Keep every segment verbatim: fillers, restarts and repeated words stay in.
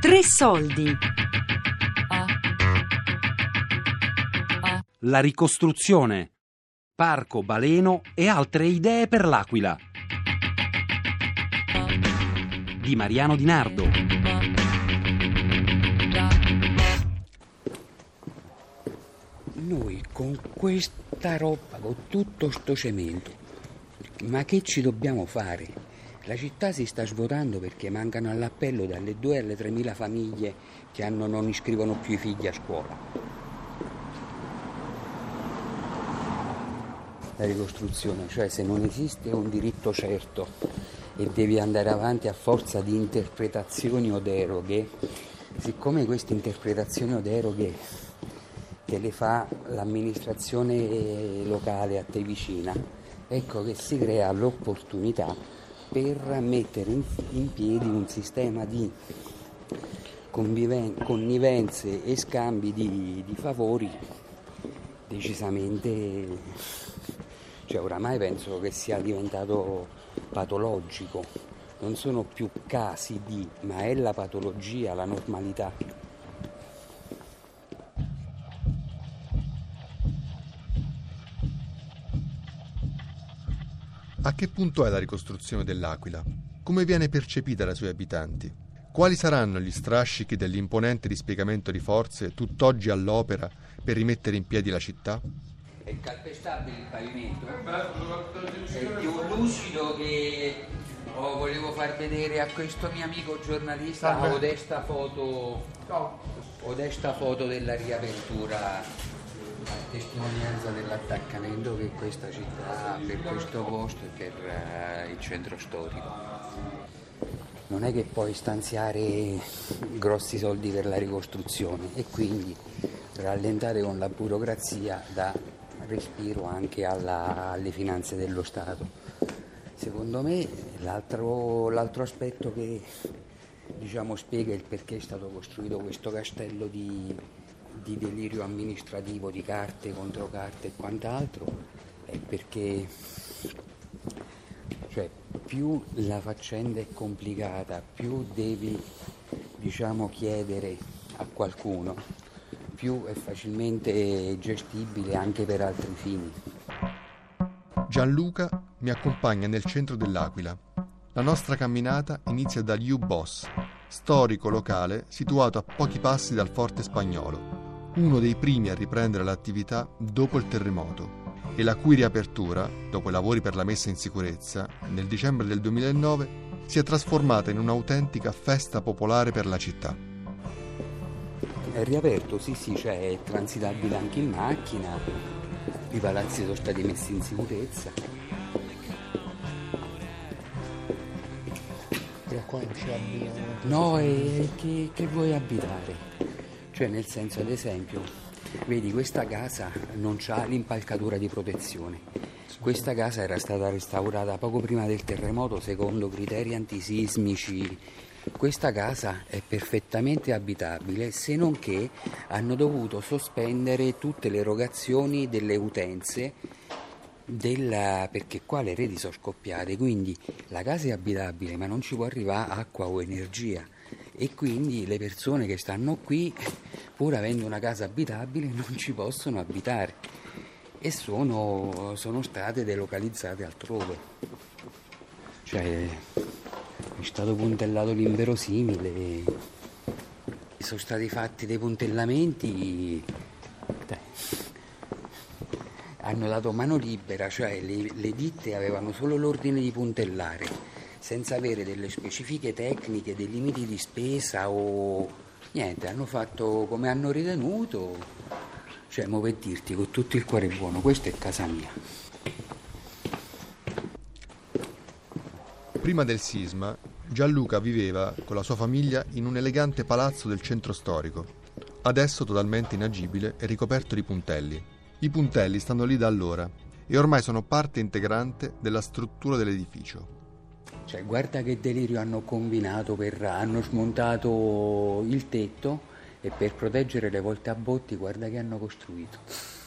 Tre soldi. La ricostruzione, Parco Baleno e altre idee per l'Aquila di Mariano Di Nardo. Noi con questa roba, con tutto sto cemento, ma che ci dobbiamo fare? La città si sta svuotando perché mancano all'appello dalle due alle tremila famiglie che hanno, non iscrivono più i figli a scuola. La ricostruzione, cioè se non esiste un diritto certo e devi andare avanti a forza di interpretazioni o deroghe, siccome queste interpretazioni o deroghe te le fa l'amministrazione locale a te vicina, ecco che si crea l'opportunità per mettere in, in piedi un sistema di conviven- connivenze e scambi di, di favori decisamente, cioè oramai penso che sia diventato patologico. Non sono più casi di, ma è la patologia, la normalità. A che punto è la ricostruzione dell'Aquila? Come viene percepita dai suoi abitanti? Quali saranno gli strascichi dell'imponente dispiegamento di forze tutt'oggi all'opera per rimettere in piedi la città? È calpestabile il pavimento? È più lucido che oh, volevo far vedere a questo mio amico giornalista o desta foto o desta foto della riapertura, a testimonianza dell'attaccamento che questa città ha per questo posto e per uh, il centro storico. Non è che puoi stanziare grossi soldi per la ricostruzione e quindi rallentare con la burocrazia dà respiro anche alla, alle finanze dello Stato. Secondo me l'altro, l'altro aspetto che diciamo spiega il perché è stato costruito questo castello di di delirio amministrativo, di carte contro carte e quant'altro, è perché cioè, più la faccenda è complicata, più devi diciamo chiedere a qualcuno, più è facilmente gestibile anche per altri fini. Gianluca mi accompagna nel centro dell'Aquila. La nostra camminata inizia dagli U-Boss, storico locale situato a pochi passi dal Forte Spagnolo, uno dei primi a riprendere l'attività dopo il terremoto e la cui riapertura, dopo i lavori per la messa in sicurezza, nel dicembre del duemilanove, si è trasformata in un'autentica festa popolare per la città. È riaperto, sì sì, cioè è transitabile anche in macchina, i palazzi sono stati messi in sicurezza. Però qua non ci abitano. No, e che, che vuoi abitare? Cioè nel senso, ad esempio, vedi questa casa non ha l'impalcatura di protezione. Questa casa era stata restaurata poco prima del terremoto secondo criteri antisismici. Questa casa è perfettamente abitabile, se non che hanno dovuto sospendere tutte le erogazioni delle utenze della, perché qua le reti sono scoppiate, quindi la casa è abitabile ma non ci può arrivare acqua o energia. E quindi le persone che stanno qui, pur avendo una casa abitabile, non ci possono abitare e sono, sono state delocalizzate altrove. Cioè è stato puntellato l'inverosimile, sono stati fatti dei puntellamenti, dai, hanno dato mano libera, cioè le, le ditte avevano solo l'ordine di puntellare, senza avere delle specifiche tecniche, dei limiti di spesa o niente, hanno fatto come hanno ritenuto, cioè mo per dirti con tutto il cuore buono, questa è casa mia. Prima del sisma, Gianluca viveva con la sua famiglia in un elegante palazzo del centro storico, adesso totalmente inagibile e ricoperto di puntelli. I puntelli stanno lì da allora e ormai sono parte integrante della struttura dell'edificio. Cioè, guarda che delirio hanno combinato, per, hanno smontato il tetto e per proteggere le volte a botti, guarda che hanno costruito.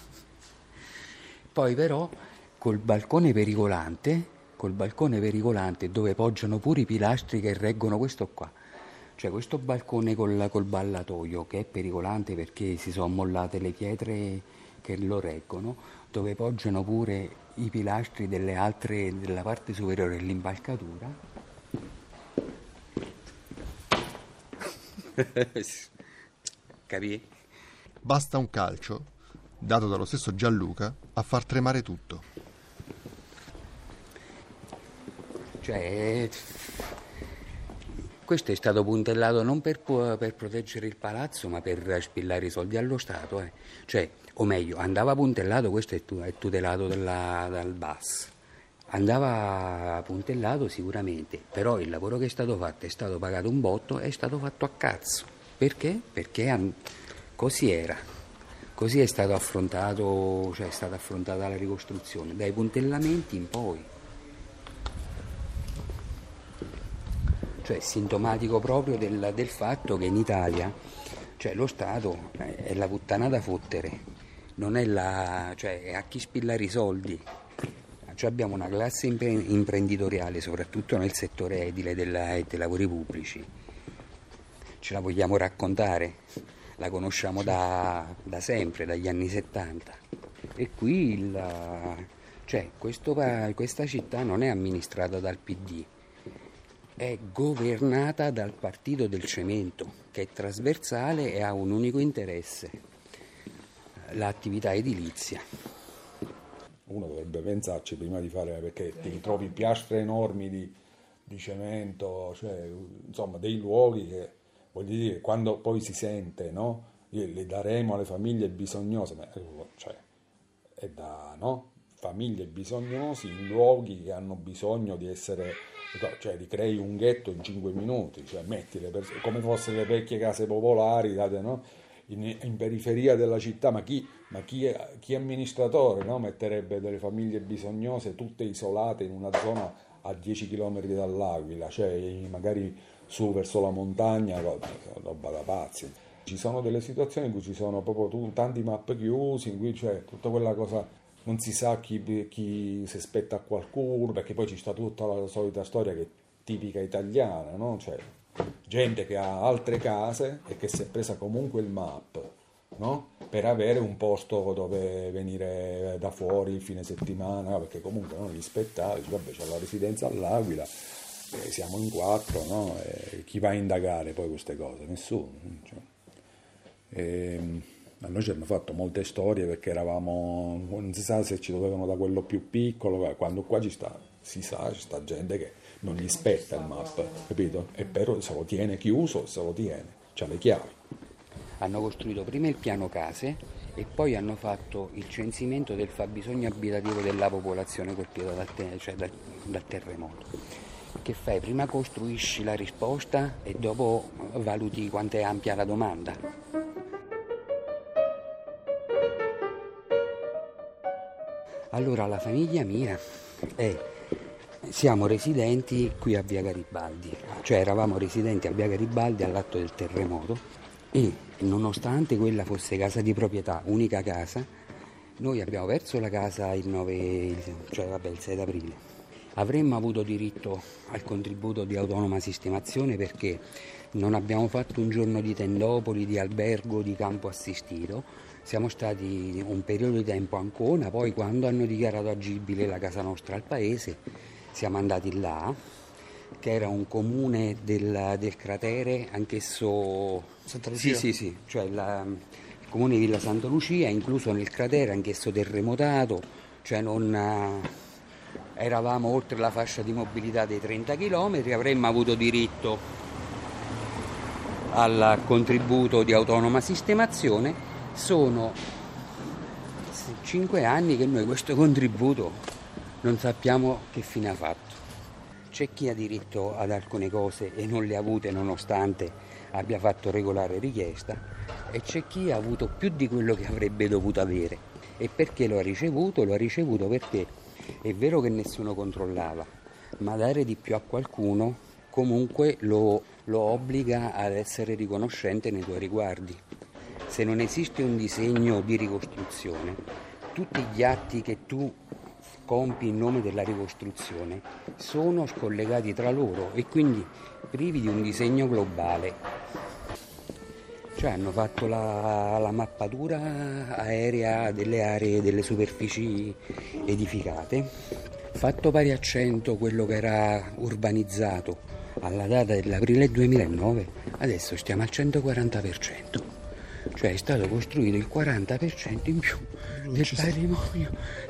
Poi però col balcone pericolante, col balcone pericolante dove poggiano pure i pilastri che reggono questo qua. Cioè questo balcone col, col ballatoio, che è pericolante perché si sono mollate le pietre che lo reggono, dove poggiano pure i pilastri delle altre, della parte superiore dell'impalcatura. Capì? Basta un calcio, dato dallo stesso Gianluca, a far tremare tutto. Cioè, questo è stato puntellato non per, per proteggere il palazzo, ma per spillare i soldi allo Stato. Eh. Cioè, o meglio, andava puntellato, questo è, è tutelato dalla, dal B A S. Andava puntellato sicuramente, però il lavoro che è stato fatto è stato pagato un botto, è stato fatto a cazzo. Perché? Perché an- così era. Così è stato affrontato, cioè è stata affrontata la ricostruzione, dai puntellamenti in poi. Cioè è sintomatico proprio del, del fatto che in Italia, cioè lo Stato è la puttanata fottere, non è la, cioè è a chi spillare i soldi. Cioè abbiamo una classe imprenditoriale, soprattutto nel settore edile della, e dei lavori pubblici. Ce la vogliamo raccontare? La conosciamo da, da sempre, dagli anni settanta. E qui il, cioè, questo, questa città non è amministrata dal P D, è governata dal partito del cemento, che è trasversale e ha un unico interesse, l'attività edilizia. Uno dovrebbe pensarci prima di fare, perché ti trovi piastre enormi di, di cemento, cioè insomma dei luoghi che, voglio dire, quando poi si sente, no? Li daremo alle famiglie bisognose, ma, cioè è da, no? Famiglie bisognose in luoghi che hanno bisogno di essere, cioè di crei un ghetto in cinque minuti, cioè metti le persone, come fossero le vecchie case popolari, date, no? In, in periferia della città, ma chi, ma chi, è, chi è amministratore, no? Metterebbe delle famiglie bisognose tutte isolate in una zona a dieci chilometri dall'Aquila, cioè magari su verso la montagna, roba da pazzi. Ci sono delle situazioni in cui ci sono proprio tanti map chiusi, in cui c'è tutta quella cosa, non si sa chi, chi si aspetta a qualcuno, perché poi ci sta tutta la solita storia che è tipica italiana, no? Cioè gente che ha altre case e che si è presa comunque il M A P, no? Per avere un posto dove venire da fuori il fine settimana, perché comunque no, gli spettacoli, vabbè, c'è la residenza all'Aquila, eh, siamo in quattro, no? E chi va a indagare poi queste cose? Nessuno. Cioè. E, a noi ci hanno fatto molte storie perché eravamo, non si sa se ci dovevano da quello più piccolo, quando qua ci sta, si sa, ci sta gente che non gli spetta il M A P, capito? E però se lo tiene chiuso, se lo tiene, c'ha le chiavi. Hanno costruito prima il piano case e poi hanno fatto il censimento del fabbisogno abitativo della popolazione colpita dal, te- cioè dal, dal terremoto. Che fai? Prima costruisci la risposta e dopo valuti quanto è ampia la domanda. Allora, la famiglia mia è... Siamo residenti qui a Via Garibaldi, cioè eravamo residenti a Via Garibaldi all'atto del terremoto e nonostante quella fosse casa di proprietà, unica casa, noi abbiamo perso la casa il nove, cioè vabbè, il sei d'aprile. Avremmo avuto diritto al contributo di autonoma sistemazione perché non abbiamo fatto un giorno di tendopoli, di albergo, di campo assistito. Siamo stati un periodo di tempo a Ancona, poi quando hanno dichiarato agibile la casa nostra al paese siamo andati là, che era un comune del, del cratere, anch'esso... Santa Lucia? Sì, sì, sì, cioè la, il comune di Villa Santa Lucia, incluso nel cratere, anch'esso terremotato, cioè non... Eravamo oltre la fascia di mobilità dei trenta chilometri, avremmo avuto diritto al contributo di autonoma sistemazione. Sono cinque anni che noi questo contributo non sappiamo che fine ha fatto. C'è chi ha diritto ad alcune cose e non le ha avute nonostante abbia fatto regolare richiesta e c'è chi ha avuto più di quello che avrebbe dovuto avere. E perché lo ha ricevuto? Lo ha ricevuto perché è vero che nessuno controllava, ma dare di più a qualcuno comunque lo, lo obbliga ad essere riconoscente nei tuoi riguardi. Se non esiste un disegno di ricostruzione, tutti gli atti che tu compi in nome della ricostruzione sono scollegati tra loro e quindi privi di un disegno globale. Cioè hanno fatto la, la mappatura aerea delle aree, delle superfici edificate, fatto pari accento quello che era urbanizzato alla data dell'aprile duemilanove, adesso stiamo al centoquaranta per cento, cioè è stato costruito il quaranta per cento in più del patrimonio.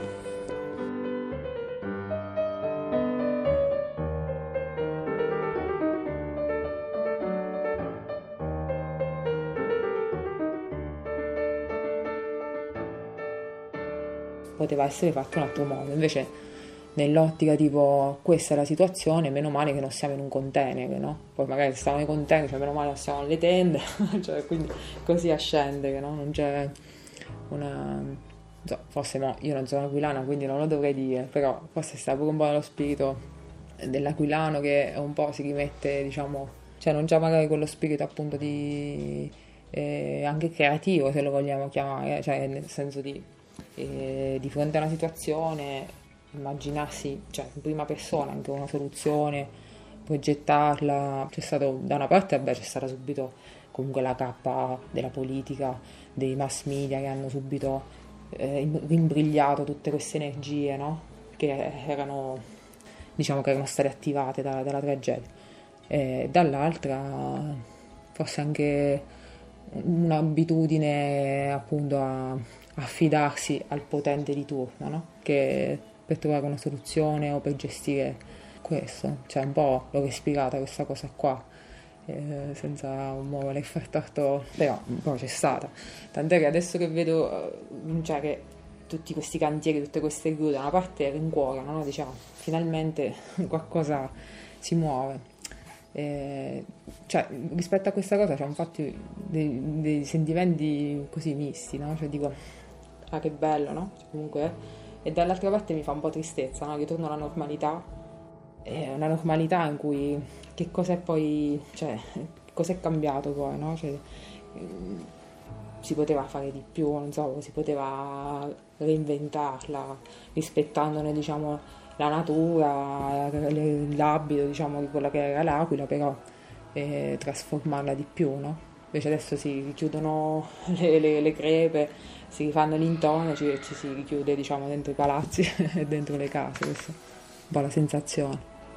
Poteva essere fatto in un altro modo, invece nell'ottica tipo questa è la situazione, meno male che non siamo in un container, no? Poi magari se stavamo nei container, cioè meno male che siamo nelle tende, cioè, quindi così a scendere, no? Non c'è una... So, forse no, io non sono aquilana quindi non lo dovrei dire, però forse sta pure un po' nello spirito dell'aquilano che un po' si rimette, diciamo, cioè non c'è magari quello spirito appunto di eh, anche creativo, se lo vogliamo chiamare, cioè nel senso di E di fronte a una situazione immaginarsi, cioè in prima persona anche una soluzione, progettarla. C'è stato da una parte, vabbè, c'è stata subito comunque la cappa della politica, dei mass media che hanno subito eh, imbrigliato tutte queste energie, no? Che erano, diciamo, che erano state attivate da, dalla tragedia, e dall'altra forse anche un'abitudine appunto a affidarsi al potente di turno, no? Che per trovare una soluzione o per gestire questo, cioè un po' l'ho respirata questa cosa qua, eh, senza voler far torto, però un po' c'è stata, tant'è che adesso che vedo, cioè che tutti questi cantieri, tutte queste gru da una parte rincuorano, no? Diciamo finalmente qualcosa si muove. Eh, cioè rispetto a questa cosa c'è infatti dei, dei sentimenti così misti, no? Cioè dico, ah che bello, no? Cioè, comunque, e dall'altra parte mi fa un po' tristezza, no? Ritorno alla normalità, è una normalità in cui che cos'è poi, cioè cos'è cambiato poi, no? Cioè, si poteva fare di più, non so, si poteva reinventarla rispettandone, diciamo, la natura, l'abito, diciamo, di quella che era l'Aquila, però eh, trasformarla di più, no? Invece adesso si richiudono le, le, le crepe, si rifanno gli intonaci e ci si richiude, diciamo, dentro i palazzi e dentro le case. Questa è un po' la sensazione.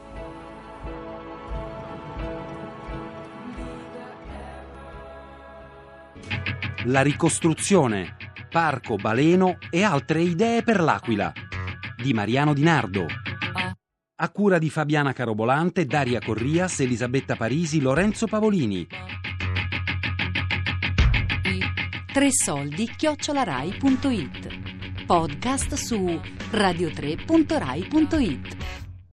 La ricostruzione, Parco Baleno e altre idee per l'Aquila di Mariano Di Nardo, a cura di Fabiana Carobolante, Daria Corrias, Elisabetta Parisi, Lorenzo Pavolini. Tre soldi chiocciola rai punto it. Podcast su radio tre punto rai punto it.